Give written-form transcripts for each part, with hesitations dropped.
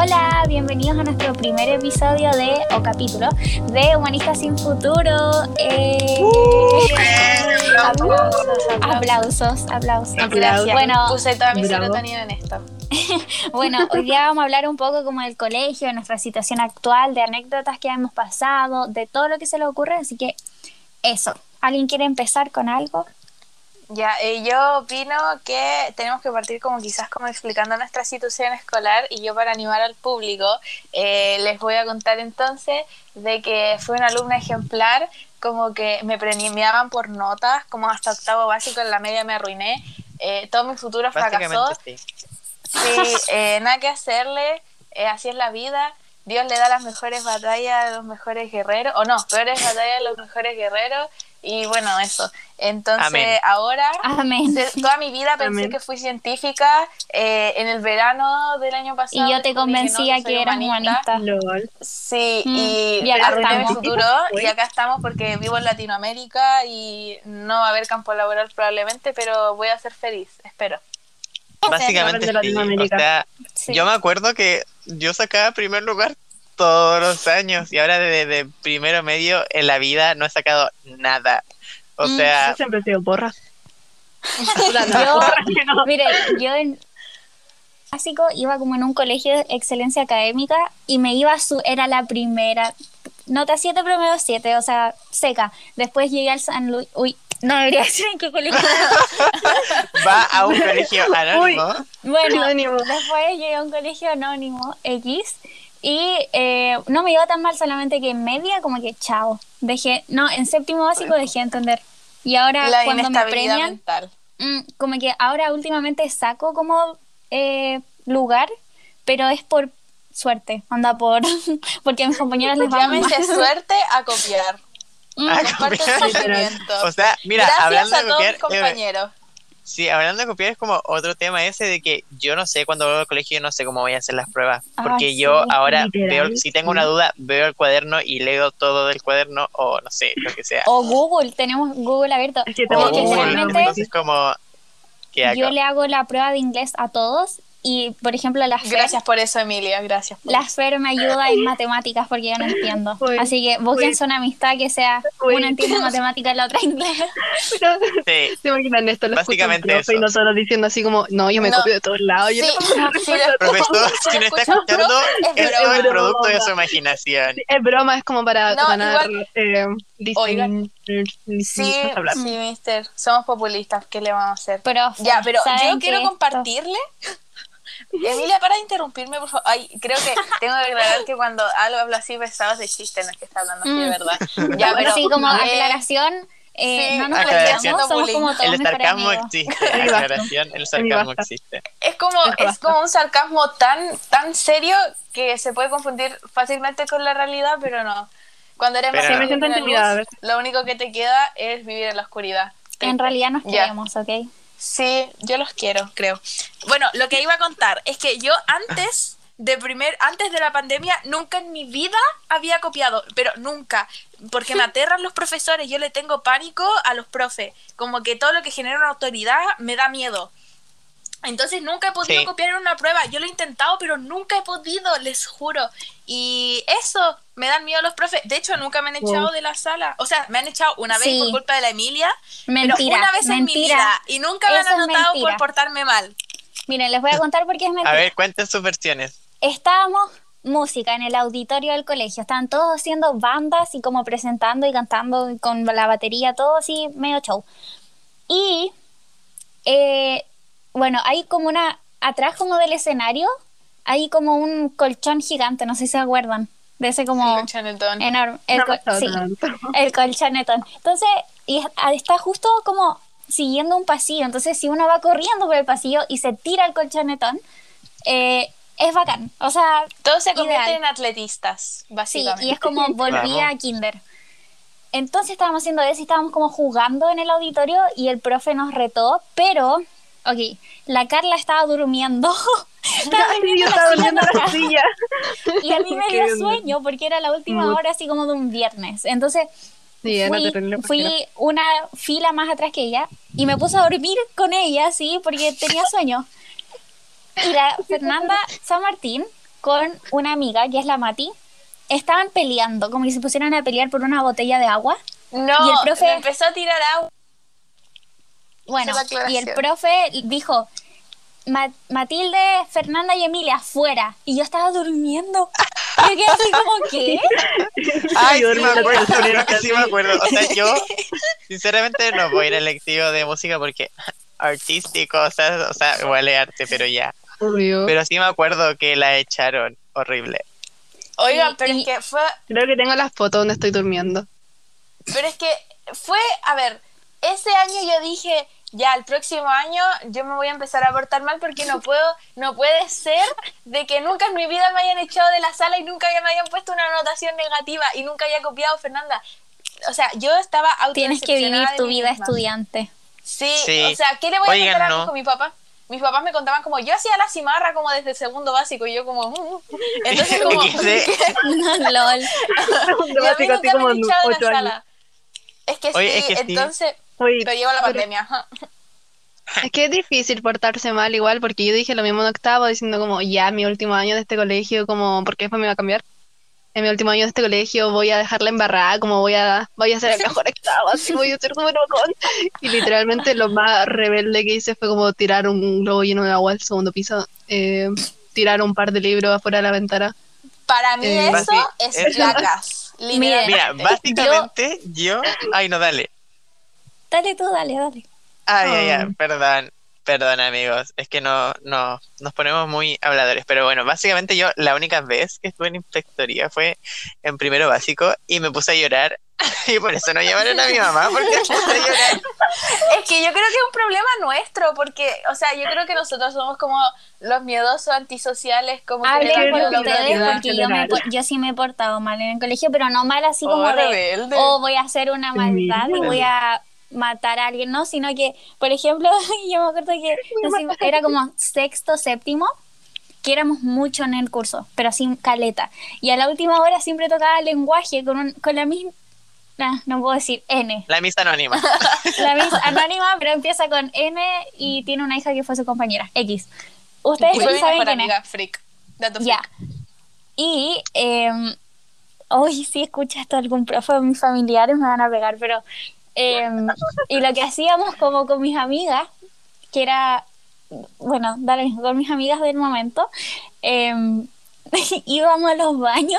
Hola, bienvenidos a nuestro primer episodio o capítulo de Humanistas sin Futuro. Aplausos. Gracias. Bueno, puse toda mi serotonina en esto. Bueno, hoy día vamos a hablar un poco como del colegio, de nuestra situación actual, de anécdotas que hemos pasado, de todo lo que se le ocurre, así que eso. ¿Alguien quiere empezar con algo? Ya, yo opino que tenemos que partir como quizás como explicando nuestra situación escolar, y yo para animar al público les voy a contar entonces de que fui una alumna ejemplar, como que me premiaban por notas, como hasta octavo básico, en la media me arruiné, todo mi futuro fracasó. Sí. Sí, nada que hacerle, así es la vida. Dios le da las mejores batallas a los mejores guerreros, o no, peores batallas a los mejores guerreros, y bueno, eso. Entonces, Amén. ahora, Amén. toda mi vida pensé Amén. que fui científica, en el verano del año pasado. Y yo te descubrí convencía soy que eras humanista. LOL. Sí, Y y acá arruiné mi estamos. futuro, y acá estamos porque vivo en Latinoamérica y no va a haber campo laboral probablemente, pero voy a ser feliz, espero. Básicamente de sí. O Latinoamérica. sea, Sí. yo me acuerdo que yo sacaba primer lugar todos los años y ahora de primero medio en la vida no he sacado nada. O Yo sea, siempre he sido porra. Mire, yo en básico iba como en un colegio de excelencia académica y me iba era la primera, nota 7, promedio 7, o sea, seca. Después llegué al San Luis, no debería decir en qué colegio. va a un colegio anónimo. Bueno, Anónimo. después llegué a un colegio anónimo X y no me iba tan mal, solamente que en media como que chao. No, en séptimo básico dejé de entender. Y ahora La cuando me inestabilidad premian, mental. como que ahora últimamente saco como lugar, pero es por suerte, anda porque a mis compañeros les va mal. Llámese suerte a copiar. A Comparto copiar. el sentimiento. O sea, mira, Gracias hablando a de todos mis copiar, compañeros. sí, hablando de copiar es como otro tema ese de que yo no sé cuando vuelvo al colegio, no sé cómo voy a hacer las pruebas, porque Ay, yo sí, ahora literal, veo, si tengo una duda, veo el cuaderno y leo todo del cuaderno o no sé, lo que sea. O Google, tenemos Google abierto. Es que O tengo Porque Google, generalmente entonces como, ¿qué hago? yo le hago la prueba de inglés a todos y, por ejemplo, Gracias por eso, Emilia. Gracias. La Fer me ayuda en matemáticas porque yo no entiendo. Uy, Así que búsquense una amistad que sea Uy. una entiende matemáticas y la otra inglés. Pero, Sí, ¿se imaginan esto? Lo escucha un básicamente profe eso. y nosotros diciendo así como, no, yo me No. copio de todos lados. Sí, Yo no sí, lo profesor, escucho, si no está escucho, pero escuchando, es eso es el broma. producto de su imaginación. Es broma, es como para No, ganar Oigan. listening, Sí, no sé hablar. sí, mister. Somos populistas. ¿Qué le vamos a hacer? Profe, Ya, pero ¿saben yo quiero que compartirle. Emilia, para de interrumpirme, por favor. Ay, creo que tengo que aclarar que cuando hablo así pesado de chiste, no es que está hablando así de verdad. Ya, Bueno, pero sí, como aclaración, sí, no nos aclaración. odiamos, somos como todos El mejores sarcasmo amigos. existe, Ahí basta. aclaración, el Ahí sarcasmo basta. existe. es como un sarcasmo tan serio que se puede confundir fácilmente con la realidad, pero no. Cuando eres Pero más no. pequeño Me siento que la intimidada, a luz, veces. lo único que te queda es vivir en la oscuridad. En realidad nos Ya. queremos, ¿ok? Sí, yo los quiero, creo. Bueno, lo que iba a contar es que yo antes de la pandemia, nunca en mi vida había copiado, pero nunca, porque me aterran los profesores, yo le tengo pánico a los profes, como que todo lo que genera una autoridad me da miedo. Entonces nunca he podido Sí. copiar en una prueba. Yo lo he intentado, pero nunca he podido, les juro. Y eso, me dan miedo los profes. De hecho, nunca me han echado de la sala. O sea, me han echado una vez Sí. por culpa de la Emilia, Mentira, pero una vez en mi mentira. vida. Y nunca me han Eso es anotado mentira. por portarme mal. Miren, les voy a contar por qué es mentira. A ver, cuenten sus versiones. Estábamos música en el auditorio del colegio, estaban todos haciendo bandas y como presentando y cantando con la batería, todo así medio show. Y bueno, hay como atrás como del escenario, hay como un colchón gigante, no sé si se acuerdan, de ese como El chanetón. enorme, No ha pasado sí, tanto. el colchonetón. Entonces, está justo como siguiendo un pasillo, entonces si uno va corriendo por el pasillo y se tira el colchonetón, es bacán, o sea, Todos se convierten ideal. en atletistas, Sí, básicamente. y es como volví a Vamos. kinder. Entonces estábamos haciendo eso y estábamos como jugando en el auditorio y el profe nos retó, pero, ok, la Carla estaba durmiendo. Estaba Ay, durmiendo yo en la estaba silla durmiendo en la atrás. silla. Y a mí me Qué dio bien. sueño porque era la última hora así como de un viernes. Entonces Sí, era terrible. fui una fila más atrás que ella y me puse a dormir con ella, sí, porque tenía sueño. Y la Fernanda San Martín con una amiga, que es la Mati. Estaban peleando, como que se pusieron a pelear por una botella de agua. No, Y el profe- me empezó a tirar agua. Bueno, Esa es la y el aclaración. profe dijo, Matilde, Fernanda y Emilia, fuera. Y yo estaba durmiendo. Y yo quedé así como, ¿qué? Ay, Yo sí me dormí acuerdo, con el creo que sí me así. acuerdo. O sea, yo sinceramente no voy a ir al lectivo de música porque artístico, o sea, igual es arte, pero ya. Obvio. Pero sí me acuerdo que la echaron horrible. Oigan, Sí, pero y- es que fue, Creo que tengo las fotos donde estoy durmiendo. a ver, ese año yo dije, ya, el próximo año yo me voy a empezar a portar mal porque no puede ser de que nunca en mi vida me hayan echado de la sala y nunca me hayan puesto una anotación negativa y nunca haya copiado Fernanda. O sea, yo estaba Tienes que vivir autodecepcionada de tu mí vida misma. estudiante. Sí, Sí. o sea, ¿qué le voy a Oigan, contar a mi no. hijo? Mi papá? Mis papás me contaban como, yo hacía la cimarra como desde segundo básico y yo como... Entonces como... LOL. Segundo y a mí básico, así nunca me como han echado de 8 la años. sala. Es que Oye, sí, es que sí. entonces... Oye, Pero llegó la pero pandemia, ajá. es que es difícil portarse mal igual, porque yo dije lo mismo en octavo, diciendo como, ya, mi último año de este colegio, como, porque después me iba a cambiar. En mi último año de este colegio voy a dejarla embarrada, como voy a ser el mejor octavo, así voy a ser súper bacán. Y literalmente lo más rebelde que hice fue como tirar un globo lleno de agua al segundo piso, tirar un par de libros afuera de la ventana. Para mí Eh, eso Basi- es eso- placas. Miren, Mira, Literalmente. básicamente yo... Ay, no, dale. Dale tú, dale. Ay, perdón amigos, es que no, nos ponemos muy habladores, pero bueno, básicamente yo la única vez que estuve en inspectoría fue en primero básico y me puse a llorar y por eso no llamaron a mi mamá porque me puse a llorar. Es que yo creo que es un problema nuestro, porque, o sea, yo creo que nosotros somos como los miedosos antisociales, como que le Hablen dan por miedo la ustedes autoridad. porque general. yo sí me he portado mal en el colegio, pero no mal así como de, rebelde. voy a hacer una maldad y voy a matar a alguien, no, sino que, por ejemplo, yo me acuerdo que no sé, era como sexto, séptimo, que éramos mucho en el curso, pero sin caleta. Y a la última hora siempre tocaba lenguaje con la misma, no puedo decir N. La misa anónima. La Miss Anónima, pero empieza con N y tiene una hija que fue su compañera, X. Ustedes Y fue mi saben mejor quién es. amiga, freak. Dato freak. Ya. Y hoy si escucha esto algún profe o mis familiares me van a pegar, pero y lo que hacíamos como con mis amigas, que era, bueno, dale, con mis amigas del momento, íbamos a los baños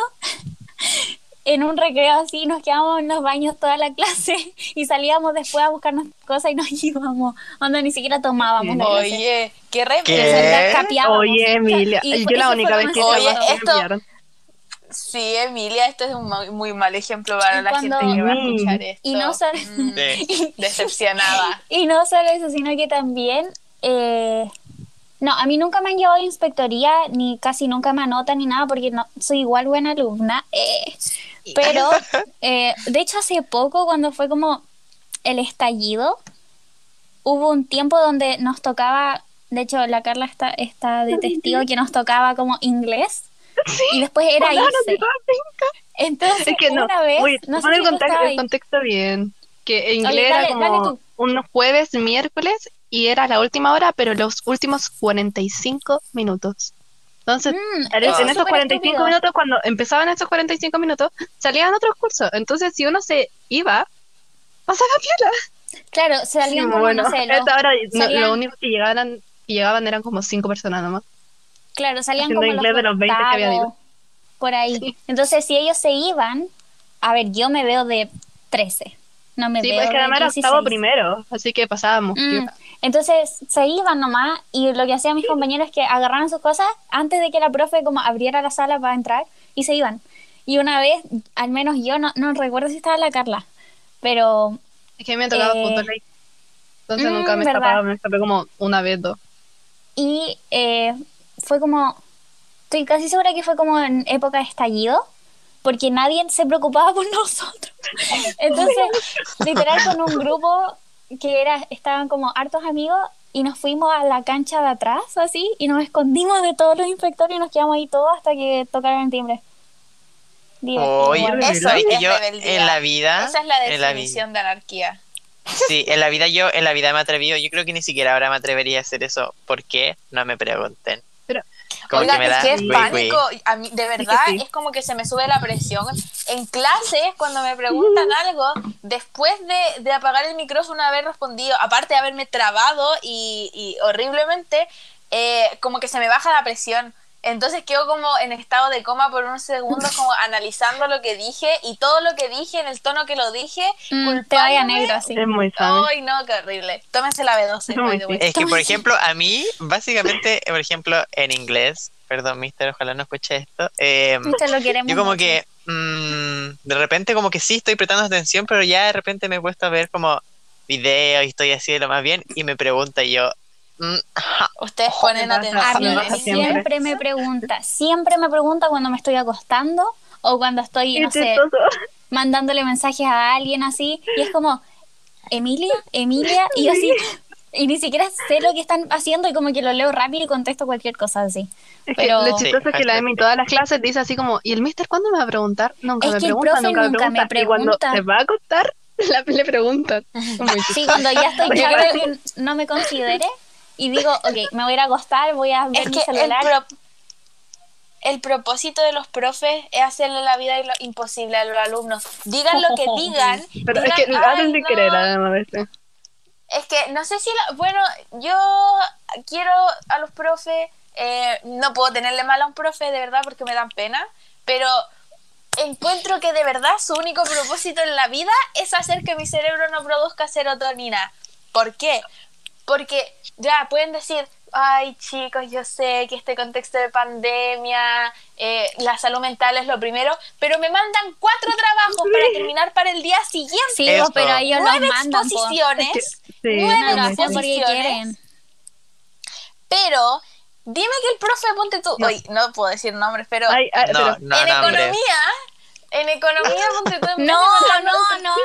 en un recreo así, nos quedábamos en los baños toda la clase y salíamos después a buscarnos cosas y nos íbamos, cuando ni siquiera tomábamos la clase. Oye, qué ¿Qué? rebelde. Capeábamos. Oye, Emilia, Y yo la eso única fue vez que demasiado Oye, trabajé me esto- pillaron. Sí, Emilia, esto es un muy mal ejemplo para Y la cuando- gente que va a escuchar esto. Y no solo, Sí. Decepcionada. y no solo eso, sino que también, no, a mí nunca me han llevado a inspectoría, ni casi nunca me anotan ni nada, porque no, soy igual buena alumna. Pero, de hecho, hace poco, cuando fue como el estallido, hubo un tiempo donde nos tocaba, de hecho, la Carla está de testigo que nos tocaba como inglés, y después era irse. Entonces, Es que no, una vez, oye, no sé pon si el tú contexto, estabas ahí. bien. Que en inglés Oye, era dale como tú. unos jueves, miércoles, y era la última hora, pero los últimos 45 minutos. Entonces, en eso es esos súper 45 estúpido. minutos, cuando empezaban esos 45 minutos, salían otros cursos. Entonces, si uno se iba, pasaba piola. Claro, salían como, Bueno, no sé, esta hora salían- lo único que llegaban eran como 5 personas nomás. claro, salían haciendo como inglés de los 20 que habían ido. octavos, por ahí. Sí. Entonces, si ellos se iban, a ver, yo me veo de 13, no me Sí, veo pues es que de además era 16. octavo primero, así que pasábamos. piola. Entonces se iban nomás y lo que hacían mis compañeros es que agarraban sus cosas antes de que la profe como abriera la sala para entrar y se iban. Y una vez, al menos yo, no recuerdo si estaba la Carla, pero Es que a mí me tocaba fútbol ahí. Entonces nunca me ¿verdad? escapaba, me escapé como una vez, dos. y fue como, estoy casi segura que fue como en época de estallido, porque nadie se preocupaba por nosotros. Entonces, literal con un grupo que estaban como hartos amigos y nos fuimos a la cancha de atrás, así, y nos escondimos de todos los inspectores y nos quedamos ahí todos hasta que tocaron el timbre. Divertido, Oye, igual. Eso ¿sabes que es yo rebeldía. en la vida... Esa es la en la definición de anarquía. Sí, en la vida me he atrevido, yo creo que ni siquiera ahora me atrevería a hacer eso. ¿Por qué? No me pregunten. Como Oiga, que me es da que es güey, pánico. A mí, de verdad, sí. es como que se me sube la presión. En clases, cuando me preguntan algo, después de apagar el micrófono, haber respondido, aparte de haberme trabado y horriblemente, como que se me baja la presión. Entonces quedo como en estado de coma por unos segundos, como analizando lo que dije y todo lo que dije en el tono que lo dije, te vaya culpándome. negro así. Es muy sano. Ay, no, qué horrible. Tómense la B12, Es muy by the way. Es que, por ejemplo, a mí, básicamente, por ejemplo, en inglés, perdón, mister, ojalá no escuche esto, Te lo queremos yo como mucho. que de repente como que sí estoy prestando atención, pero ya de repente me he puesto a ver como videos y estoy así de lo más bien y me pregunta y yo, Ustedes ponen me pasa- A mí me atención. pasa siempre me pregunta cuando me estoy acostando o cuando estoy, Qué no sé, chistoso. mandándole mensajes a alguien así, y es como, Emilia, y yo así, y ni siquiera sé lo que están haciendo y como que lo leo rápido y contesto cualquier cosa así. Es Pero que lo chistoso es que la hashtag Emi sí. todas las clases dice así como, ¿y el mister cuándo me va a preguntar? Nunca Es me que el pregunta, profe nunca me nunca me pregunta. Y cuando pregunta. se va a acostar, le preguntan. Es muy sí, chistoso. cuando ya estoy Porque chata claro, que no me considere y digo, ok, me voy a ir a acostar, voy a ver Es mi que celular. el propósito de los profes es hacerle la vida imposible a los alumnos. Digan lo que digan. pero es digan, que lo hacen "Ay, sin no". querer, además, a veces. Es que no sé si... bueno, yo quiero a los profes... no puedo tenerle mal a un profe, de verdad, porque me dan pena. Pero encuentro que de verdad su único propósito en la vida es hacer que mi cerebro no produzca serotonina. ¿Por qué? Porque ya pueden decir, ay chicos, yo sé que este contexto de pandemia, la salud mental es lo primero, pero me mandan 4 trabajos para terminar para el día siguiente. Sí, Eso. pero ellos los 9 mandan, po. exposiciones, Sí, 9 No lo muy hacen porque exposiciones, quieren. pero dime que el profe, ponte tú, No. hoy no puedo decir nombres, pero Ay, ay, No, pero no, en no, hombre. economía, ponte tú, en vez No, de mandarnos- no.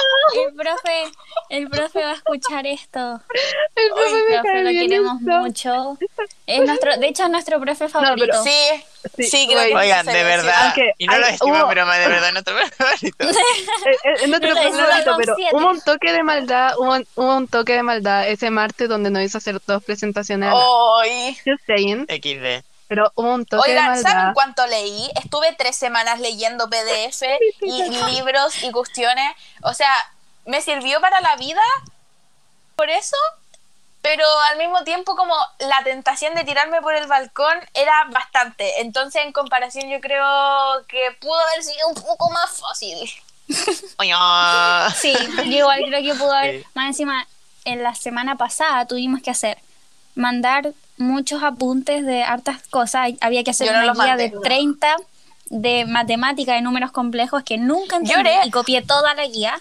El profe va a escuchar esto. el profe me Profe, cae lo bien queremos eso. mucho. De hecho, es nuestro profe favorito. Sí, Sí, sí, creo güey. que Oigan, sí se de le decía. verdad, Aunque y no lo hay- decimos hubo- broma, de verdad, nuestro favorito. Es nuestro No, profe eso favorito, son pero 7. hubo un toque de maldad, hubo un toque de maldad ese martes donde nos hizo hacer 2 presentaciones a la Hoy. Just saying, XD. pero hubo un toque de Oigan, ¿saben maldad. cuánto leí? Estuve 3 semanas leyendo PDF y libros y cuestiones. O sea, me sirvió para la vida por eso, pero al mismo tiempo como la tentación de tirarme por el balcón era bastante. Entonces, en comparación, yo creo que pudo haber sido un poco más fácil. Oye, Sí, yo igual creo que pudo haber. Sí. Más encima, en la semana pasada tuvimos que mandar muchos apuntes de hartas cosas. Había que hacer Yo no una los guía mandé. de 30 de matemática, de números complejos que nunca entendí Lloré. y copié toda la guía.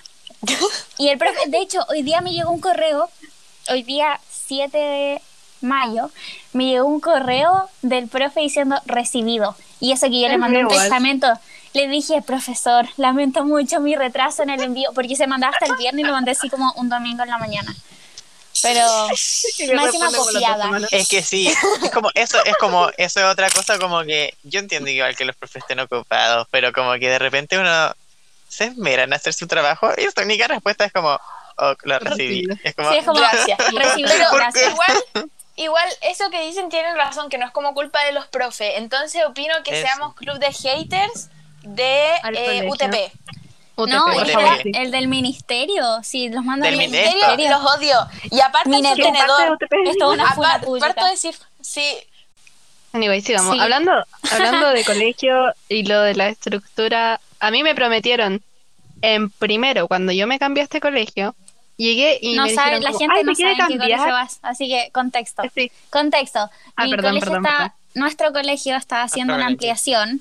Y el profe, de hecho, hoy día me llegó un correo, hoy día 7 de mayo, me llegó un correo del profe diciendo recibido. Y eso que yo le Es mandé un igual. testamento. Le dije, profesor, lamento mucho mi retraso en el envío, porque se mandaba hasta el viernes y lo mandé así como un domingo en la mañana. Pero Que más encima responde como la otra copiada. semana. es que sí, eso es otra cosa como que yo entiendo igual que los profes estén ocupados, pero como que de repente uno se esmera en hacer su trabajo y su única respuesta es como, oh, lo recibí. Recibido. Es como, Sí, es como Gracias. recibido, Pero gracias. igual, eso que dicen tienen razón, que no es como culpa de los profes. Entonces opino que Eso. seamos club de haters de Al colegio. UTP. No, UTP, por es favor, que sí. el del ministerio, sí, los mandan Del al ministerio. ministerio. Los odio. Y aparte el Mineto. ¿Qué parte de sostenedor. UTP? Esto es una funa pública. Parto decir, sí, Anyway, sigamos. Sí. Hablando de colegio y lo de la estructura, a mí me prometieron en primero, cuando yo me cambié a este colegio, llegué y No me sabe, dijeron la como, gente "Ay, no ¿te sabe quiere en qué colegio cambiar?" vas, así que contexto. Sí. Contexto. Ah, Mi perdón, colegio perdón. nuestro colegio está haciendo una colegio. ampliación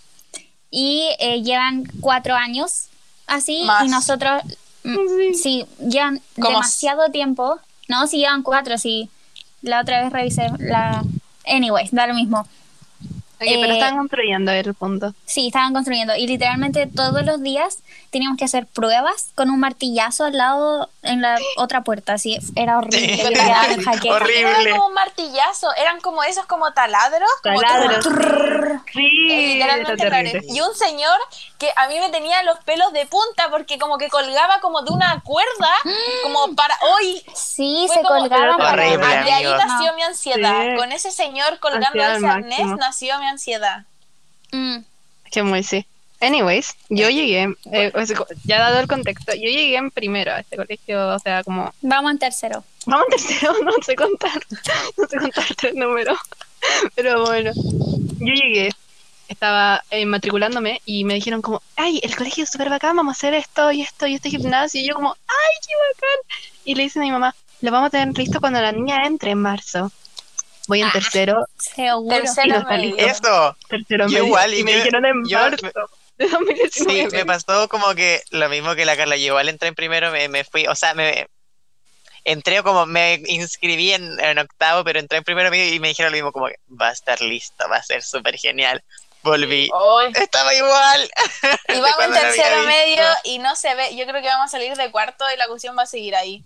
y llevan 4 años así Más. y nosotros sí llevan Como demasiado tiempo. No, sí llevan 4, sí. La otra vez revisé la. Anyways, da lo mismo. Oye, pero estaban construyendo el punto. Sí, estaban construyendo y literalmente todos los días teníamos que hacer pruebas con un martillazo al lado en la otra puerta, así era horrible. Sí. Yo quedaba en jaqueca. Horrible. No era como un martillazo, eran como esos como taladros. Como Taladros. Trrr. Sí, literalmente era terrible. taladros. Y un señor que a mí me tenía los pelos de punta porque como que colgaba como de una cuerda, como para hoy. Sí, Fue se como colgaban horrible, para de ahí amigo. nació mi ansiedad. Sí. Con ese señor colgando Ansiedad ese al arnés máximo. nació mi ansiedad. Mm. Que muy sí. Anyways, yo llegué, ya dado el contexto, yo llegué en primero a este colegio, o sea, como, Vamos en tercero. vamos en tercero, no sé contar, no sé contar tres números, pero bueno, yo llegué, estaba matriculándome y me dijeron como, ay, el colegio es súper bacán, vamos a hacer esto y esto y este gimnasio, y yo como, ay, qué bacán, y le dicen a mi mamá, lo vamos a tener listo cuando la niña entre en marzo. Voy en tercero, Seguro. Y Tercero no está medio. listo. Eso. tercero Yo medio, igual, y me yo- dijeron en yo- marzo de Sí, 2019. me pasó como que lo mismo que la Carla. Yo igual entré en primero, me fui, o sea, me entré como, me inscribí en octavo, pero entré en primero y me dijeron lo mismo, como que va a estar listo, va a ser súper genial. Volví. Hoy. Estaba igual. Y de vamos en cuando lo había tercero visto. medio y no se ve. Yo creo que vamos a salir de cuarto y la cuestión va a seguir ahí.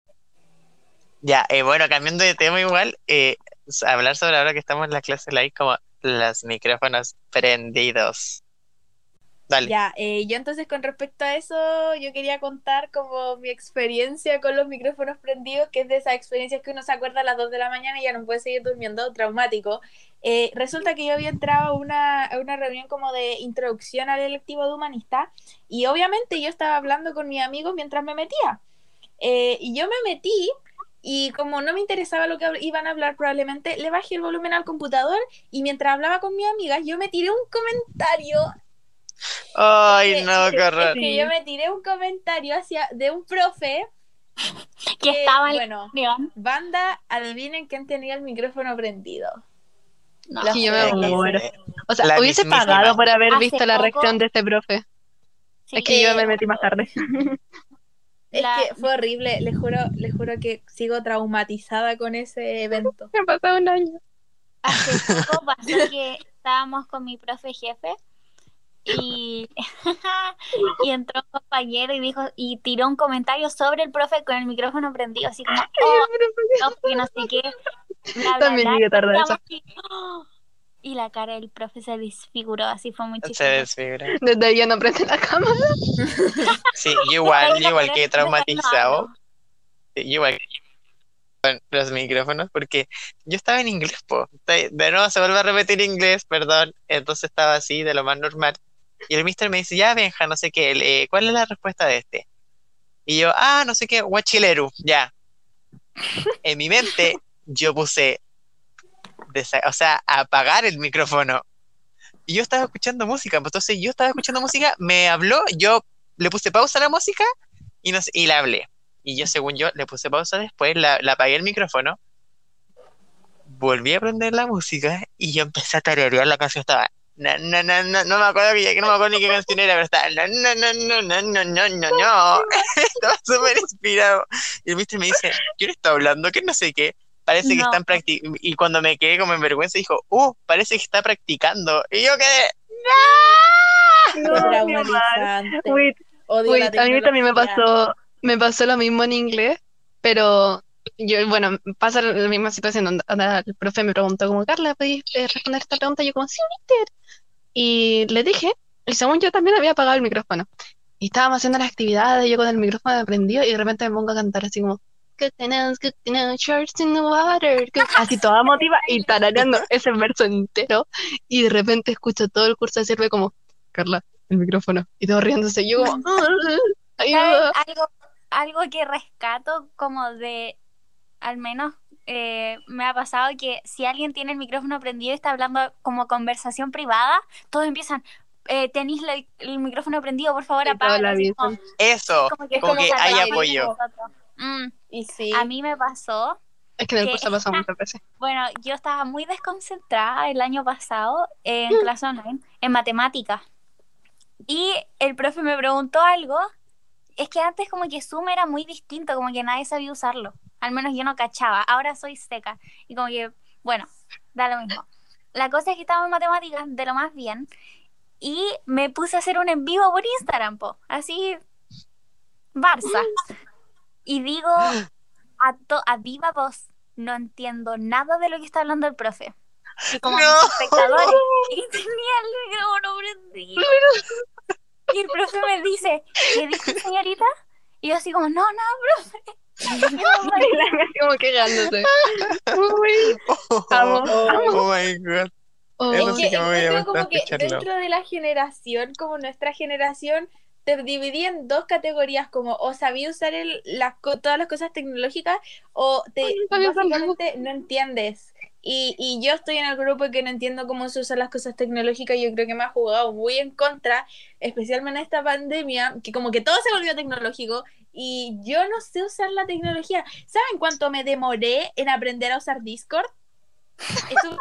Ya, bueno, cambiando de tema igual, hablar sobre ahora que estamos en la clase live, como los micrófonos prendidos. Dale. Ya, yo entonces con respecto a eso, yo quería contar como mi experiencia con los micrófonos prendidos, que es de esas experiencias que uno se acuerda a las 2 de la mañana y ya no puede seguir durmiendo, traumático. Resulta que yo había entrado a una reunión como de introducción al electivo de humanista y obviamente yo estaba hablando con mis amigos mientras me metía. Y yo me metí y como no me interesaba lo que iban a hablar probablemente, le bajé el volumen al computador y mientras hablaba con mis amigas yo me tiré un comentario. Ay, Es que- no, qué Es horror. que yo me tiré un comentario de un profe Que estaba en bueno, la reunión. banda, adivinen quién tenía el micrófono prendido. No. Los Que yo me jueces. muero. O sea, La hubiese mismísima. pagado por haber Hace visto la poco- reacción de este profe. Sí, Es que yo me metí más tarde. Es La- que fue horrible, les juro que sigo traumatizada con ese evento. Me ha pasado un año. hace poco pasó que estábamos con mi profe jefe y, y entró un compañero y dijo y tiró un comentario sobre el profe con el micrófono prendido, así como, oh, profe, que no sé qué, bla, bla, También bla. llegué tarde a Y eso. así, ¡oh! Y la cara del profe se desfiguró, así fue muy Se chistoso. desfigura. Desde ahí ya no prende la cámara. Sí, yo igual Por quedé eso desde ahí no traumatizado. hablo. Sí, yo igual con los micrófonos, porque yo estaba en inglés, po. De nuevo se vuelve a repetir inglés, perdón. Entonces estaba así, de lo más normal. Y el mister me dice, ya, Benja, no sé qué, ¿cuál es la respuesta de este? Y yo, no sé qué, guachileru, ya. En mi mente, yo puse, o sea, apagar el micrófono. Y yo estaba escuchando música, pues entonces yo estaba escuchando música, me habló, yo le puse pausa a la música y, no sé, y la hablé. Y yo, según yo, le puse pausa después, la apagué el micrófono, volví a prender la música y yo empecé a tararear la canción. Estaba, no me acuerdo no me acuerdo ni qué canción era, pero estaba, no. Estaba súper inspirado. Y el mister me dice, ¿quién está hablando? Que no sé qué. Parece que No. están practicando. Y cuando me quedé como en vergüenza, dijo, parece que está practicando. Y yo quedé, Qué No, qué mal. traumatizante. Wait, Odio la a mí también tecnología. me pasó lo mismo en inglés, pero yo, bueno, pasa la misma situación donde el profe me preguntó como, Carla, ¿podéis responder esta pregunta? Y yo como, sí, mister. Y le dije, y según yo también había apagado el micrófono. Y estábamos haciendo las actividades, yo con el micrófono prendido, y de repente me pongo a cantar así como, coconut, sharks in the water, así toda motiva, y tarareando ese verso entero, y de repente escucho todo el curso decirme como, Carla, el micrófono, y todo riéndose, y yo como, ayuda. ¿Saben algo que rescato como de, al menos me ha pasado que si alguien tiene el micrófono prendido y está hablando como conversación privada, todos empiezan, tenéis el micrófono prendido, por favor Y todos apágalo. la Así como, avisan. eso, como Es como como que que hay aplaudir. apoyo. nosotros. Y sí. A mí me pasó Es que en el que- curso ha pasado muchas veces. bueno, yo estaba muy desconcentrada el año pasado en clase online, en matemáticas. Y el profe me preguntó algo. Es que antes como que Zoom era muy distinto, como que nadie sabía usarlo. Al menos yo no cachaba. Ahora soy seca. Y como que, bueno, da lo mismo. la cosa es que estaba en matemáticas de lo más bien y me puse a hacer un en vivo por Instagram, po, así, Barça. Y digo a viva voz, no entiendo nada de lo que está hablando el profe. Y como ¡No! mis espectadores, y tenía el micrófono prendido. Y el profe me dice, ¿qué dijo, señorita? Y yo así como, no, profe. Como quejándose. Uy, amo. Oh my god. Oh, Eso Es sí que que me hubiera encuentro gustado como que escucharlo. dentro de la generación, como nuestra generación, te dividí en dos categorías, como o sabía usar todas las cosas tecnológicas o básicamente no entiendes. Y yo estoy en el grupo que no entiendo cómo se usan las cosas tecnológicas. Yo creo que me ha jugado muy en contra, especialmente en esta pandemia, que como que todo se volvió tecnológico y yo no sé usar la tecnología. ¿Saben cuánto me demoré en aprender a usar Discord? Estuve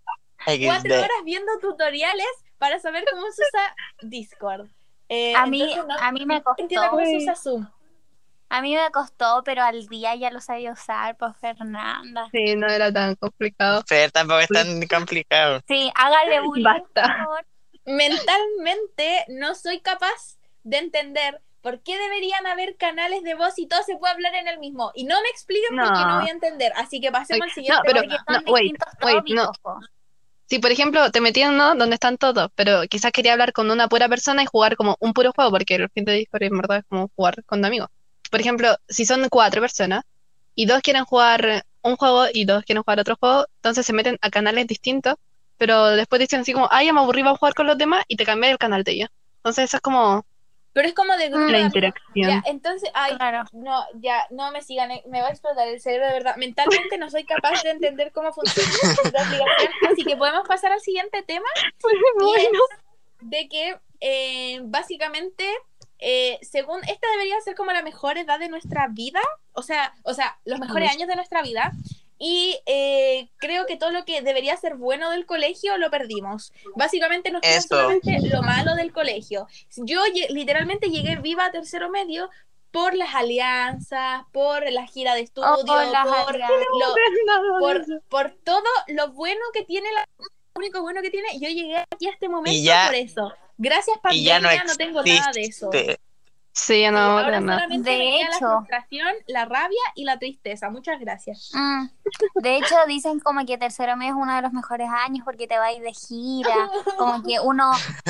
4 horas viendo tutoriales para saber cómo se usa Discord. A mí Entonces no me entiendo cómo se costó. usa Zoom. A mí me costó, pero al día ya lo sabía usar, pues Fernanda. Sí, no era tan complicado. Pero tampoco es tan complicado. Sí, hágale bullying, por Basta. favor. Mentalmente no soy capaz de entender por qué deberían haber canales de voz y todo se puede hablar en el mismo. Y no me expliquen por qué no voy a entender. Así que pasemos al siguiente No, pero Porque tema. son distintos wait, no. tópicos, po. Si, por ejemplo, te metí en uno donde están todos, pero quizás quería hablar con una pura persona y jugar como un puro juego, porque el fin de Discord en verdad es como jugar con amigos. Por ejemplo, si son 4 personas y 2 quieren jugar un juego y 2 quieren jugar otro juego, entonces se meten a canales distintos, pero después dicen así como, ay, ya me aburrí, vamos a jugar con los demás y te cambian el canal de ellos. Entonces eso es como Pero es como de grupo la de amigos. interacción. Ya, entonces, ay, Claro. no, ya, no me sigan, me va a explotar el cerebro de verdad. Mentalmente no soy capaz de entender cómo funciona esta aplicación, así que podemos pasar al siguiente tema, y es de que básicamente, según esta debería ser como la mejor edad de nuestra vida, o sea, los mejores años de nuestra vida. Y creo que todo lo que debería ser bueno del colegio lo perdimos. Básicamente nos queda Eso. solamente lo malo del colegio. Yo literalmente llegué viva a tercero medio por las alianzas, por la gira de estudio, las por, alianzas. por todo lo bueno que tiene, lo único bueno que tiene. Yo llegué aquí a este momento ya- por eso. Gracias Y ya pandemia, no no tengo nada de eso. existe. Sí, ya no Sí, vamos a ahora nada. solamente De me queda la hecho. frustración, la rabia y la tristeza. Muchas gracias. De hecho, dicen como que tercero medio es uno de los mejores años porque te va a ir de gira, como que uno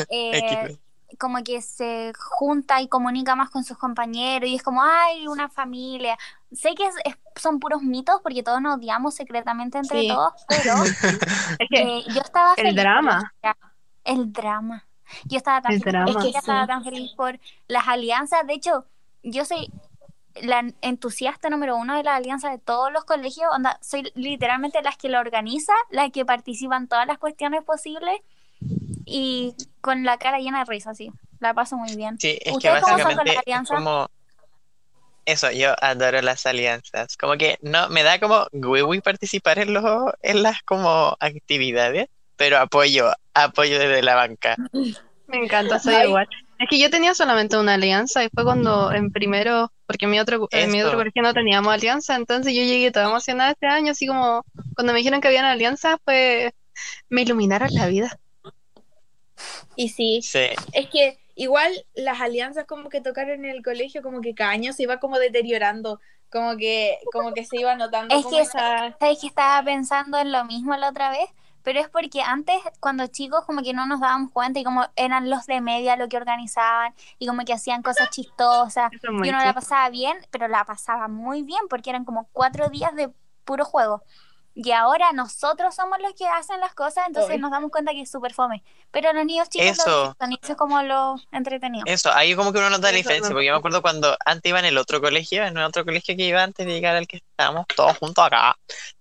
como que se junta y comunica más con sus compañeros y es como, ay, una familia. Sé que son puros mitos porque todos nos odiamos secretamente entre Sí. todos, pero Es que yo estaba el feliz por drama. la gira. El drama. Yo estaba tan El feliz por la drama. gira, Es que estaba sí. tan feliz por las alianzas. De hecho, yo soy la entusiasta número 1 de la alianza de todos los colegios. Onda, soy literalmente las que lo organiza, las que participa en todas las cuestiones posibles y con la cara llena de risa, sí. La paso muy bien. Sí, es que ¿Ustedes cómo son con las básicamente es alianzas? como eso, yo adoro las alianzas. Como que no, me da como güey participar en las como actividades, pero apoyo desde la banca. Me encanta, soy Ay. igual. Es que yo tenía solamente una alianza y fue cuando en primero, porque en mi otro Eso. colegio no teníamos alianza, entonces yo llegué toda emocionada este año, así como cuando me dijeron que había una alianza, me iluminaron la vida. Y sí, Sí. es que igual las alianzas como que tocaron en el colegio, como que cada año se iba como deteriorando, como que se iba notando Es como que, esa... ¿sabes que estaba pensando en lo mismo la otra vez? Pero es porque antes, cuando chicos, como que no nos dábamos cuenta y como eran los de media lo que organizaban y como que hacían cosas chistosas Eso es muy y uno la triste. pasaba bien, pero la pasaba muy bien porque eran como 4 días de puro juego. Y ahora nosotros somos los que hacen las cosas, entonces Ay. nos damos cuenta que es súper fome. Pero los niños chicos lo Eso. disfrutan y eso es como lo entretenido. Eso, ahí como que uno nota la Eso diferencia, me porque yo me acuerdo cuando antes iba en el otro colegio, en el otro colegio que iba antes de llegar al que estábamos todos juntos acá,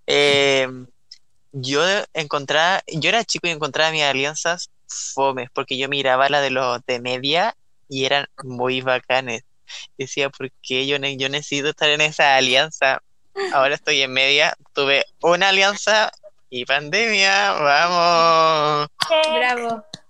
yo era chico y encontraba mis alianzas fomes, porque yo miraba la de los de media y eran muy bacanes. Decía, ¿por qué yo necesito estar en esa alianza? Ahora estoy en media, tuve una alianza y pandemia, vamos. Bravo.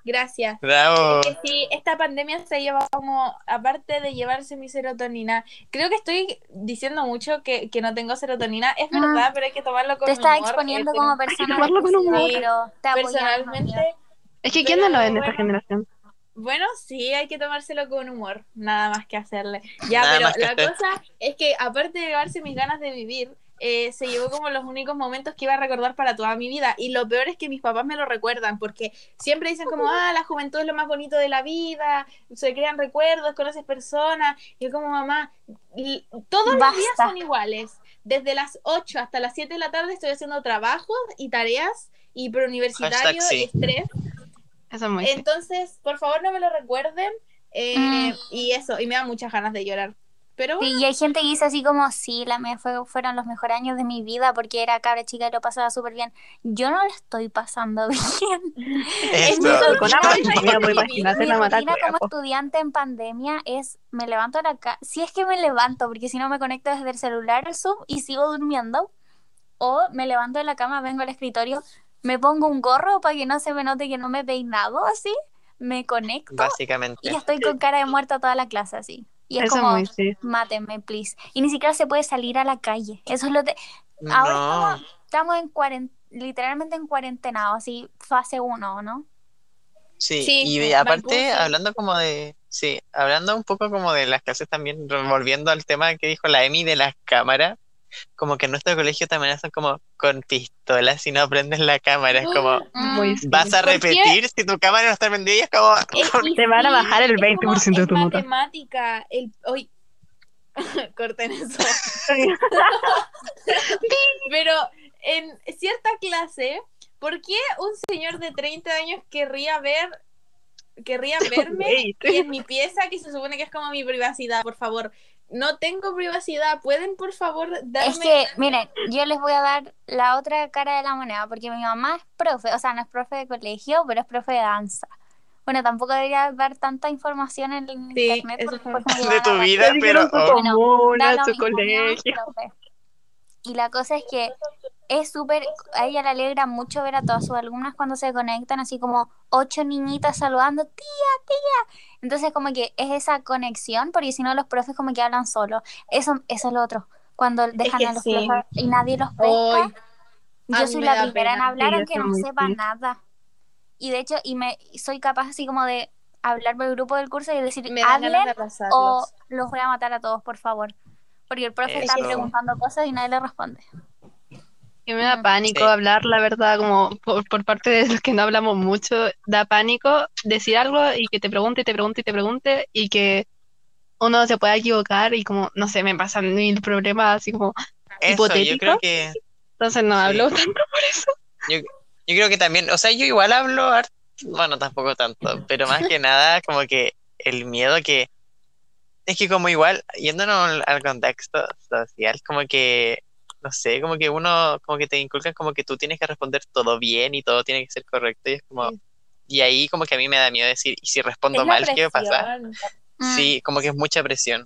Gracias. Bravo. Es que sí, esta pandemia se ha llevado como, aparte de llevarse mi serotonina, creo que estoy diciendo mucho que no tengo serotonina, es verdad, pero hay que tomarlo con Te estás humor. exponiendo como persona tomarlo con depresiva, humor. Sí, pero te apoyamos, personalmente, amiga. Es que ¿quién no lo ve en pero esta generación? bueno, sí, hay que tomárselo con humor, nada más que hacerle. Ya, Nada pero más que la hacer. cosa es que aparte de llevarse mis ganas de vivir, se llevó como los únicos momentos que iba a recordar para toda mi vida. Y lo peor es que mis papás me lo recuerdan, porque siempre dicen como, la juventud es lo más bonito de la vida, se crean recuerdos, conoces personas. Y yo como mamá, todos los días Basta. son iguales. Desde las 8 hasta las 7 de la tarde estoy haciendo trabajos y tareas y preuniversitario, Hashtag sí. estrés. Eso es muy sí. Entonces, por favor, no me lo recuerden. Mm. Y eso, y me da muchas ganas de llorar. Pero bueno, Sí, y hay gente que dice así como, sí, fueron los mejores años de mi vida porque era cabra chica y lo pasaba súper bien. Yo no lo estoy pasando bien. es Eso. que son los Con la mejores pandemia, años pues de mi vida. imagínate Mi la mata rutina como cuerpo. estudiante en pandemia es, me levanto a la cama, si es que me levanto, porque si no me conecto desde el celular al Zoom y sigo durmiendo, o me levanto de la cama, vengo al escritorio, me pongo un gorro para que no se me note que no me he peinado así, me conecto y Básicamente. estoy con cara de muerta toda la clase así. Y es Eso es como, muy sí. mátenme, please. Y ni siquiera se puede salir a la calle. Eso es lo de... Ahora No. estamos literalmente en cuarentena, así, fase 1, ¿no? Sí, Sí, y Maipú, aparte, sí. hablando como de, sí, hablando un poco como de las clases también, volviendo al tema que dijo la Emi de las cámaras, como que en nuestro colegio te amenazan como con pistolas si no prendes la cámara, es como, Muy sí. vas a ¿Por qué? repetir si tu cámara no está prendida, y es como, Y Te van a sí, bajar el es como 20% de en tu nota. matemática. Hoy, corten eso. Pero en cierta clase, ¿por qué un señor de 30 años querría verme Wait. y en mi pieza, que se supone que es como mi privacidad? Por favor, no tengo privacidad. ¿Pueden, por favor, darme...? Es que, miren, yo les voy a dar la otra cara de la moneda, porque mi mamá es profe, o sea, no es profe de colegio, pero es profe de danza. Bueno, tampoco debería dar tanta información en Sí, internet eso porque fue. después me de van a tu rastrear. vida, Le pero dijeron su oh, Bueno, da comuna, lo su mismo, mi mamá es colegio. profe. Y la cosa es que es súper, a ella le alegra mucho ver a todas sus alumnas cuando se conectan, así como 8 niñitas saludando, tía, tía. Entonces como que es esa conexión, porque si no los profes como que hablan solos. Eso es lo otro. Cuando Es dejan que a los sí. profes y nadie los pesca, Hoy, a yo mí soy me la da primera en pena. hablar Sí, aunque eso es no muy sepa sí. nada. Y de hecho, soy capaz así como de hablar por el grupo del curso y decir, Me dan hablen ganas de o abrazarlos. los voy a matar a todos, por favor. Porque el profe está eso, preguntando cosas y nadie le responde. Que me da Mm. pánico sí, hablar, la verdad, como por parte de los que no hablamos mucho, da pánico decir algo y que te pregunte y te pregunte y te pregunte y que uno se pueda equivocar y como, no sé, me pasan mil problemas así como eso, yo hipotéticos, creo que, entonces no hablo sí, tanto por eso. yo creo que también, o sea, yo igual hablo, bueno, tampoco tanto, pero más que nada como que el miedo que, es que como igual, yéndonos al contexto social, como que, no sé, como que uno, como que te inculcan como que tú tienes que responder todo bien y todo tiene que ser correcto y es como, y ahí como que a mí me da miedo decir, ¿y si respondo Es la mal, qué va a pasar? presión. Mm. Sí, como que es mucha presión.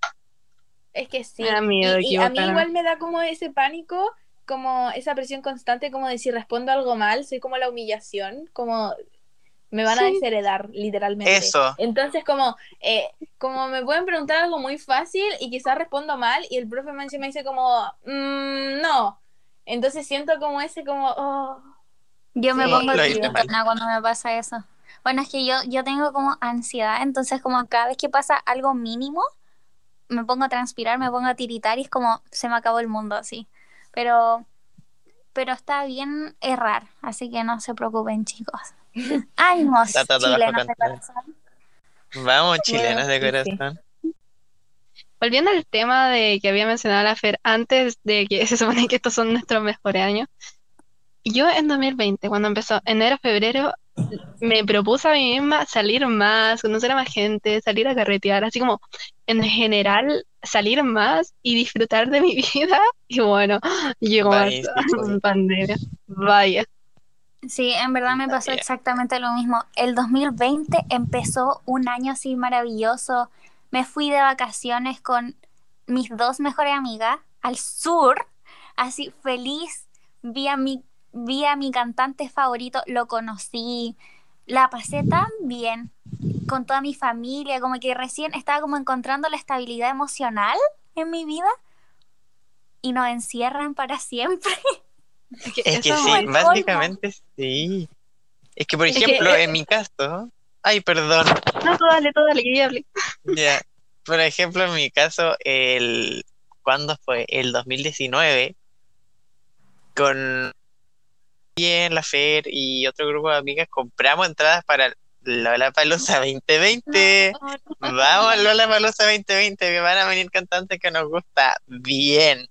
Es que Me sí. da miedo Y a mí equivocarme. igual me da como ese pánico, como esa presión constante, como de si respondo algo mal, soy como la humillación, como me van a Sí, desheredar, literalmente. Eso, Entonces, como me pueden preguntar algo muy fácil y quizás respondo mal y el profe me dice como, no. Entonces siento como ese, como, oh, Yo me sí, pongo lo hice mal. tiritona cuando me pasa eso. Bueno, es que yo tengo como ansiedad, entonces como cada vez que pasa algo mínimo, me pongo a transpirar, me pongo a tiritar y es como se me acabó el mundo así. Pero, pero está bien errar, así que no se preocupen, chicos. Está ¡Ánimos, todo bajo chilenos de control. corazón! Vamos, bueno, chilenos de sí, sí. corazón. volviendo al tema de que había mencionado la Fer antes de que se supone que estos son nuestros mejores años, yo en 2020, cuando empezó enero, febrero, me propuse a mí misma salir más, conocer a más gente, salir a carretear, así como en general salir más y disfrutar de mi vida. Y bueno, llegó Vaya, marzo, sí, pues, pandemia. Vaya, Sí, en verdad me pasó vaya. exactamente lo mismo. El 2020 empezó un año así maravilloso. Me fui de vacaciones con mis dos mejores amigas al sur, así feliz. Vi a mi cantante favorito, lo conocí. la pasé tan bien con toda mi familia, como que recién estaba como encontrando la estabilidad emocional en mi vida y nos encierran para siempre. Es que Es que eso es Como sí, el muy... colmo. básicamente sí. Es que, por Es que, ejemplo, en mi caso, ay, perdón, no, tú dale, que yo hable. ya, por ejemplo, en mi caso, ¿cuándo fue? El 2019, con en la Fer y otro grupo de amigas compramos entradas para Lollapalooza 2020. Vamos a Lollapalooza 2020, que van a venir cantantes que nos gusta. Bien,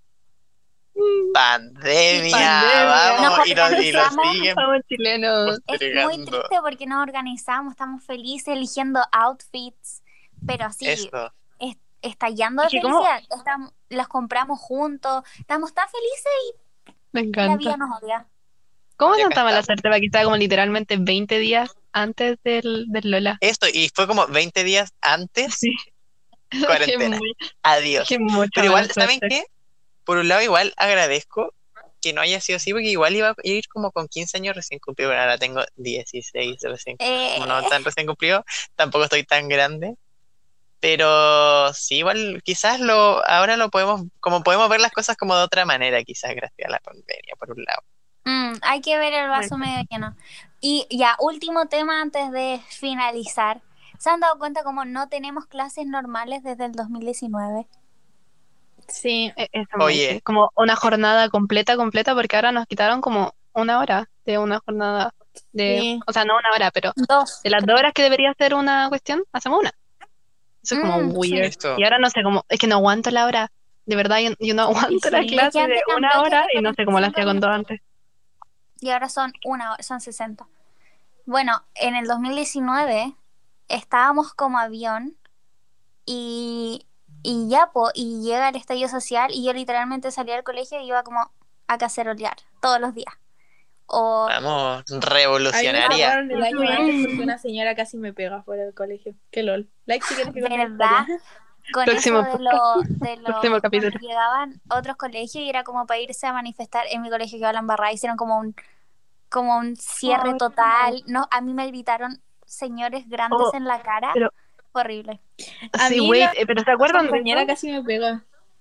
Y pandemia, Pandemia. nos vamos, y lo organizamos. siguen Vamos, chilenos. Es muy postergando. triste porque nos organizamos, estamos felices eligiendo outfits, pero así, Eso, estallando Es de que como... felicidad. Los compramos juntos, estamos tan felices Me y la vida encanta. nos odia. ¿Cómo y es acá tanta mala estamos. suerte para que sea como literalmente 20 días antes del Lola? Esto, y fue como 20 días antes, Sí, es que, cuarentena. es que Adiós. mucha Pero mala igual, ¿saben suerte. qué? Por un lado, igual agradezco que no haya sido así, porque igual iba a ir como con 15 años recién cumplido, pero ahora tengo 16 recién, como no Eh, tan recién cumplido, tampoco estoy tan grande, pero sí, igual quizás ahora lo podemos, como podemos ver las cosas como de otra manera, quizás gracias a la pandemia, por un lado. hay que ver el vaso medio lleno. Y ya, último tema antes de finalizar. ¿Se han dado cuenta como no tenemos clases normales desde el 2019? Sí, Eso me Oye, dice. Como una jornada completa, porque ahora nos quitaron como una hora de una jornada de, sí. o sea, no una hora, pero Dos, de las 2 creo. horas que debería ser una cuestión, hacemos una. Eso es como Sí. weird. esto, Y ahora no sé cómo, es que no aguanto la hora. De verdad, yo no aguanto la Sí. Es que clase de antes eran una 20 hora y no sé cómo la 45 hacía con dos minutos antes. y ahora son una hora, son 60. Bueno, en el 2019 estábamos como avión y, y ya, y llega el estallido social y yo literalmente salía del colegio y iba como a cacerolear todos los días. O, vamos, A mí me revolucionaria. sacaron el año antes porque una señora casi me pega fuera del colegio. Qué lol. Like si quieres que cuente la ¿verdad? historia. Con eso Próximo podcast, de próximo lo, cuando capítulo. llegaban otros colegios y era como para irse a manifestar, en mi colegio que hablan barra, hicieron como un cierre Ay, total. No, a mí me gritaron señores grandes oh, en la cara. pero, Fue horrible. A sí, mí wait, la pero ¿se acuerdan de compañera eso? casi me pega.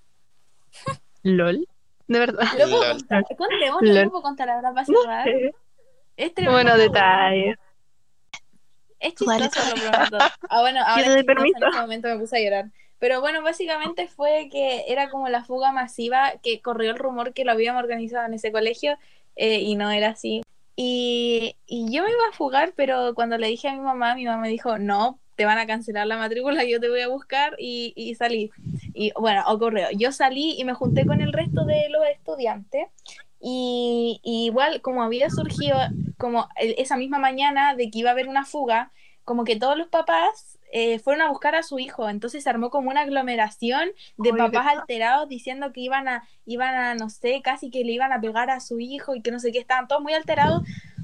LOL, de verdad. ¿Lo puedo Lol. contar? Contémoslo, lo LOL, puedo contar ahora para no cerrar. sé. Es tremendo Bueno, problema. detalles. Es Tú dale, chistoso, tú lo dale. prometo. Ah, bueno, Yo ahora te es doy chistoso, en permiso. ese momento me puse a llorar. Pero bueno, básicamente fue que era como la fuga masiva, que corrió el rumor que lo habíamos organizado en ese colegio y no era así. Y yo me iba a fugar, pero cuando le dije a mi mamá me dijo, no, te van a cancelar la matrícula, yo te voy a buscar y salí. Y bueno, ocurrió. Yo salí y me junté con el resto de los estudiantes. Y igual, como había surgido como esa misma mañana de que iba a haber una fuga, como que todos los papás fueron a buscar a su hijo, entonces se armó como una aglomeración de Oye, papás alterados diciendo que iban a, no sé, casi que le iban a pegar a su hijo y que no sé qué, estaban todos muy alterados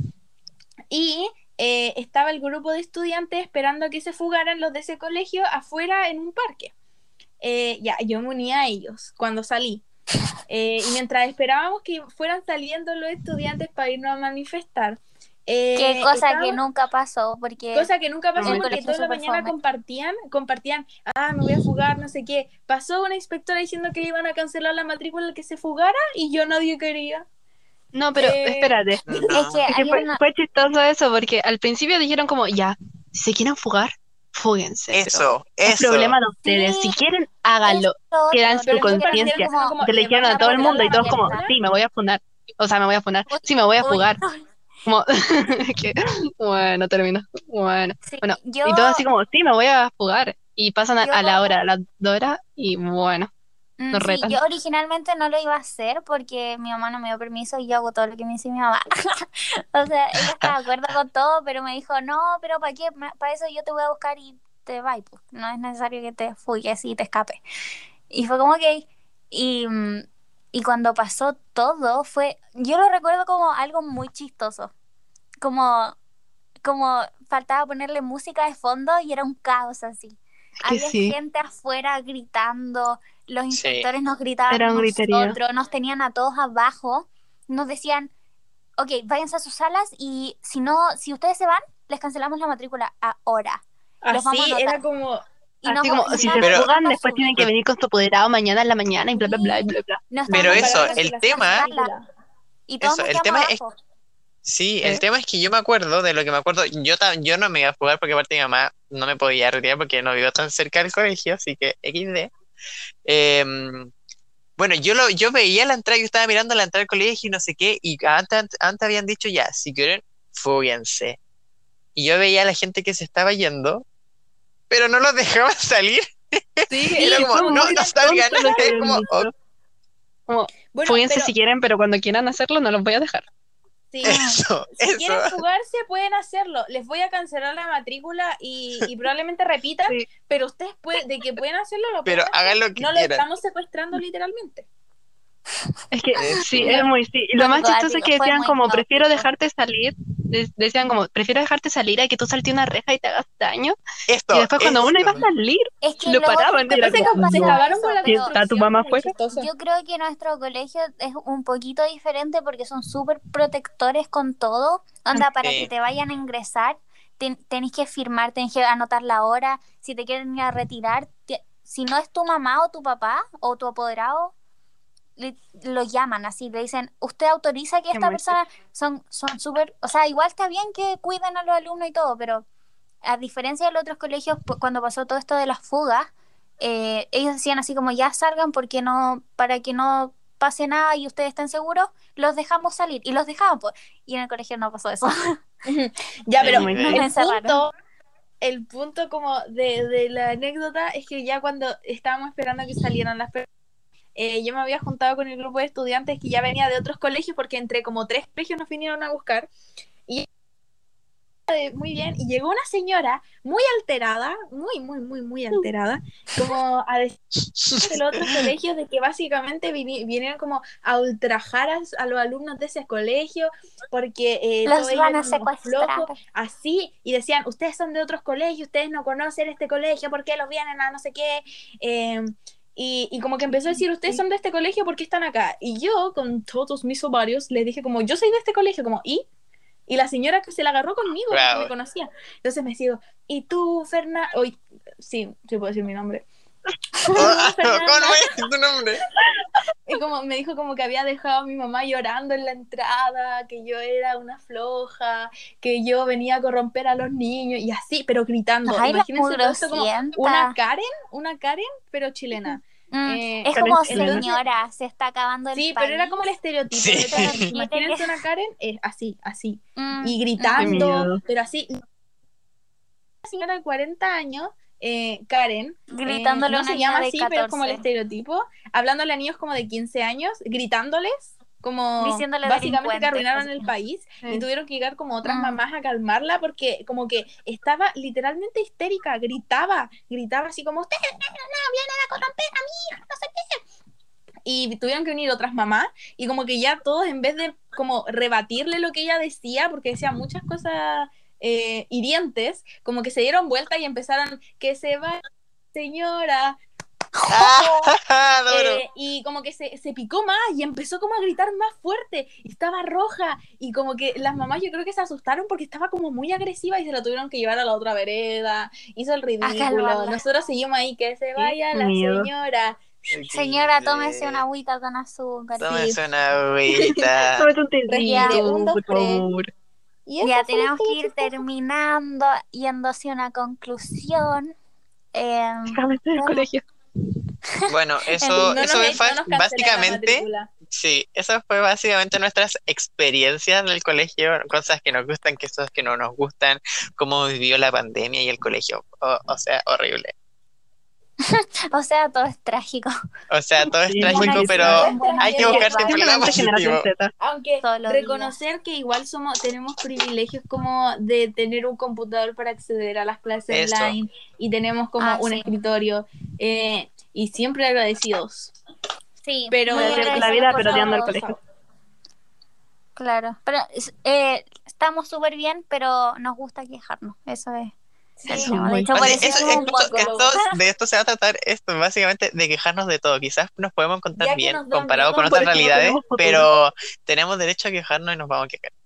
y estaba el grupo de estudiantes esperando a que se fugaran los de ese colegio afuera en un parque. Ya, yo me uní a ellos cuando salí. Y mientras esperábamos que fueran saliendo los estudiantes para irnos a manifestar, Qué cosa que estaba, nunca pasó, porque cosa que nunca pasó el porque colegio es toda la súper mañana fome. compartían, me voy a fugar, no sé qué. Pasó una inspectora diciendo que le iban a cancelar la matrícula al que se fugara y yo nadie quería. no, pero Eh, espérate. Es que No, Es que hay una... fue chistoso eso, porque al principio dijeron como, ya, si se quieren fugar, fúguense, pero es eso. problema de ustedes. Si Sí, quieren, es háganlo. lo Queda en otro. su pero Nos nunca nos dijeron dijeron conciencia. que son como como, Se le le dijeron van a a todo el la cancelar mundo la y todos como, matrícula. protesta. sí, me voy a funar. O sea, me voy a funar. Sí, me voy a Uy, fugar. Como, que, bueno, termino. Bueno, sí, bueno. Y todo así como, sí, me voy a fugar. Y pasan yo a la hora, a las 2 horas, y bueno, nos Sí, retan. yo originalmente no lo iba a hacer porque mi mamá no me dio permiso y yo hago todo lo que me dice mi mamá. O sea, ella está de acuerdo con todo, pero me dijo, no, pero ¿para qué? Para eso yo te voy a buscar y te vas, pues. No es necesario que te fugues y te escapes. Y fue como, ok. Y, y cuando pasó todo, yo lo recuerdo como algo muy chistoso. Como, como faltaba ponerle música de fondo y era un caos así. Es que Había sí, gente afuera gritando, los Sí. inspectores nos gritaban era a un griterío. nosotros, nos tenían a todos abajo, nos decían, ok, váyanse a sus salas y si no, si ustedes se van, les cancelamos la matrícula ahora. Los vamos a Así anotar. era como... Y nos Así como, vamos- si y se Pero- fugan, vamos a después tienen que subir. venir con su apoderado mañana en la mañana y bla, bla, bla, y bla, bla. No Pero estamos eso, para el cancelar tema- la matrícula. Y todos Eso, nos el quedamos tema es- abajo. Sí, ¿Eh? el tema es que yo me acuerdo de lo que me acuerdo. Yo no me iba a jugar porque aparte mi mamá no me podía retirar porque no vivo tan cerca del colegio, así que XD. Bueno, yo veía la entrada, yo estaba mirando la entrada del colegio y no sé qué, y antes habían dicho ya, si quieren, fúguense. Y yo veía a la gente que se estaba yendo, pero no los dejaban salir. Sí, Era como, son no, muy no salgan. tontos lo que Es habían como, dicho. Como, Bueno, fúguense pero si quieren, pero cuando quieran hacerlo no los voy a dejar. sí, eso, si eso. quieren fugarse pueden hacerlo. Les voy a cancelar la matrícula y probablemente repitan, Sí. pero ustedes de que pueden hacerlo, lo Pero pueden hacer. hagan lo que No lo quieran. estamos secuestrando literalmente. Es que Es sí, que- es muy sí. Y lo más Fue chistoso es que fue decían muy como, prefiero tópico. dejarte salir, decían como, prefiero dejarte salir a que tú saltes una reja y te hagas daño. Esto, Y después cuando uno esto. iba a salir, Es que lo luego paraban, después era como, pasaba se no, cagaron con la pero ¿está tu mamá muy afuera? chistoso. yo creo que nuestro colegio es un poquito diferente porque son súper protectores con todo. Onda, para Sí. que te vayan a ingresar, tenés que firmar, tenés que anotar la hora. Si te quieren ir a retirar, si no es tu mamá o tu papá o tu apoderado, lo llaman así, le dicen, ¿usted autoriza que Qué esta muy persona son súper, o sea, igual está bien que cuiden a los alumnos y todo, pero a diferencia de los otros colegios, cuando pasó todo esto de las fugas, ellos decían así como ya salgan porque no, para que no pase nada y ustedes estén seguros, los dejamos salir y los dejaban, pues. Y en el colegio no pasó eso. Ya, pero Sí, me encerraron. el punto como de la anécdota es que ya cuando estábamos esperando que salieran las personas, yo me había juntado con el grupo de estudiantes que ya venía de otros colegios porque entre como 3 colegios nos vinieron a buscar y muy bien, y llegó una señora muy alterada, muy alterada, como a decir de los otros colegios de que básicamente vinieron como a ultrajar a los alumnos de ese colegio porque Los todos van a ellos eran unos secuestrar. flojos, así, y decían, ustedes son de otros colegios, ustedes no conocen este colegio, ¿por qué los vienen a no sé qué? Y como que empezó a decir, ustedes son de este colegio, ¿por qué están acá? Y yo, con todos mis ovarios, les dije como, yo soy de este colegio, como, ¿y? Y la señora que se la agarró conmigo, porque Bravo. me conocía. Entonces me digo, ¿y tú, Fernanda? Sí puedo decir mi nombre. ¿Cómo no voy a decir tu nombre? Y como me dijo como que había dejado a mi mamá llorando en la entrada, que yo era una floja, que yo venía a corromper a los niños, y así, pero gritando. Ay, la Imagínense todo esto como grosienta. una Karen, pero chilena. Es Karen como chilena. señora, se está acabando el Sí, país. pero era como el estereotipo. Sí. de Karen. Pero Imagínense una Karen, así. Mm, Y Qué gritando, miedo. pero así. Una señora de 40 años, Karen, gritándole a no una se niña llama de así, pero es como el 14, estereotipo, hablándole a niños como de 15 años, gritándoles, como diciéndole básicamente que delincuentes, arruinaron así. el país, y Sí. tuvieron que llegar como otras Mm. mamás a calmarla porque como que estaba literalmente histérica, gritaba así como, ustedes no vienen a corromper a mi hija, no sé qué. Y tuvieron que venir otras mamás y como que ya todos en vez de como rebatirle lo que ella decía, porque decía muchas cosas hirientes, como que se dieron vuelta y empezaron que se va señora, Adoro. y como que se picó más y empezó como a gritar más fuerte y estaba roja y como que las mamás yo creo que se asustaron porque estaba como muy agresiva y se la tuvieron que llevar a la otra vereda, hizo el ridículo, calmarla. nosotros seguimos ahí, que se vaya la miedo. señora. Señora, tómese una agüita con azúcar. Tómese una agüita. Tómate un Respire, tecito, 1, 2, por 3. favor. Y eso Ya fue tenemos todo que ir chistoso. terminando, yendo hacia una conclusión. Básicamente del Bueno. colegio. Bueno, No eso nos fue cancelen la básicamente, matrícula. sí, eso fue básicamente nuestras experiencias del colegio, cosas que nos gustan, cosas que no nos gustan, cómo vivió la pandemia y el colegio, o sea, horrible. O sea, todo es trágico. O sea, todo es Sí, trágico, muy pero triste. hay que buscar siempre el lado Simplemente generación positivo. Z. Aunque Todos los reconocer que igual tenemos privilegios como de tener un computador para acceder a las clases Eso. online y tenemos como un sí. escritorio y siempre agradecidos. Sí, Pero muy agradecidos agradecida la vida, por pero odiando al todo. colegio. Claro, pero estamos súper bien, pero nos gusta quejarnos. Eso es. Sí, Eso muy hemos bien. dicho, Bueno, por eso eso- somos justo psicólogos. de esto se va a tratar esto, básicamente de quejarnos de todo. Quizás nos podemos Ya encontrar que bien nos da comparado miedo, con por otras eso no realidades, tenemos futuro. pero tenemos derecho a quejarnos y nos vamos a quejar.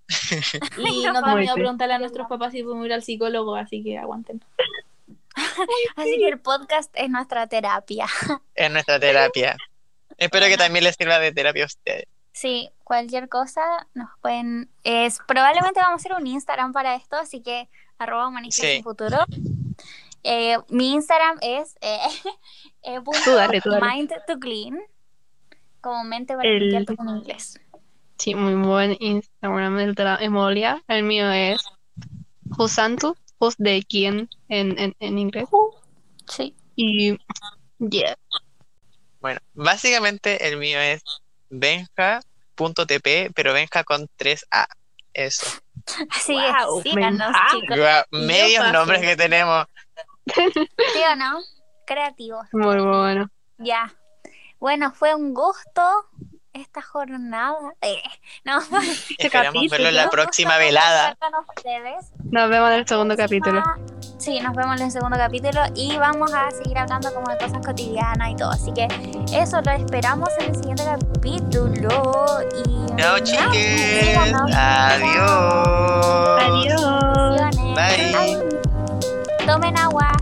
Y nos da miedo preguntarle a nuestros papás si podemos ir al psicólogo, así que aguanten. Así que el podcast es nuestra terapia. Es nuestra terapia. Espero que también les sirva de terapia a ustedes. Sí, cualquier cosa nos pueden... probablemente vamos a hacer un Instagram para esto, así que @humanistas futuro. Mi Instagram es dale. mind to clean, como mente para limpiar en inglés. Sí, muy buen Instagram el de la Emolia. El mío es Jusantu, Jus de quién en inglés. Sí. Y yeah. Bueno, básicamente el mío es benja.tp, pero benja con 3A. Eso. Así Wow, es, síganos, Benja. chicos. Medios paso. nombres que tenemos. ¿Sí o no? Creativos. Muy bueno. Ya. Bueno, fue un gusto esta jornada. No, Esperamos verlo en la próxima velada. Con ustedes. Nos vemos en el segundo capítulo. Sí, nos vemos en el segundo capítulo y vamos a seguir hablando como de cosas cotidianas y todo. Así que eso lo esperamos en el siguiente capítulo. Y Chao, chiques. Adiós. Adiós. Bye. Tomen agua.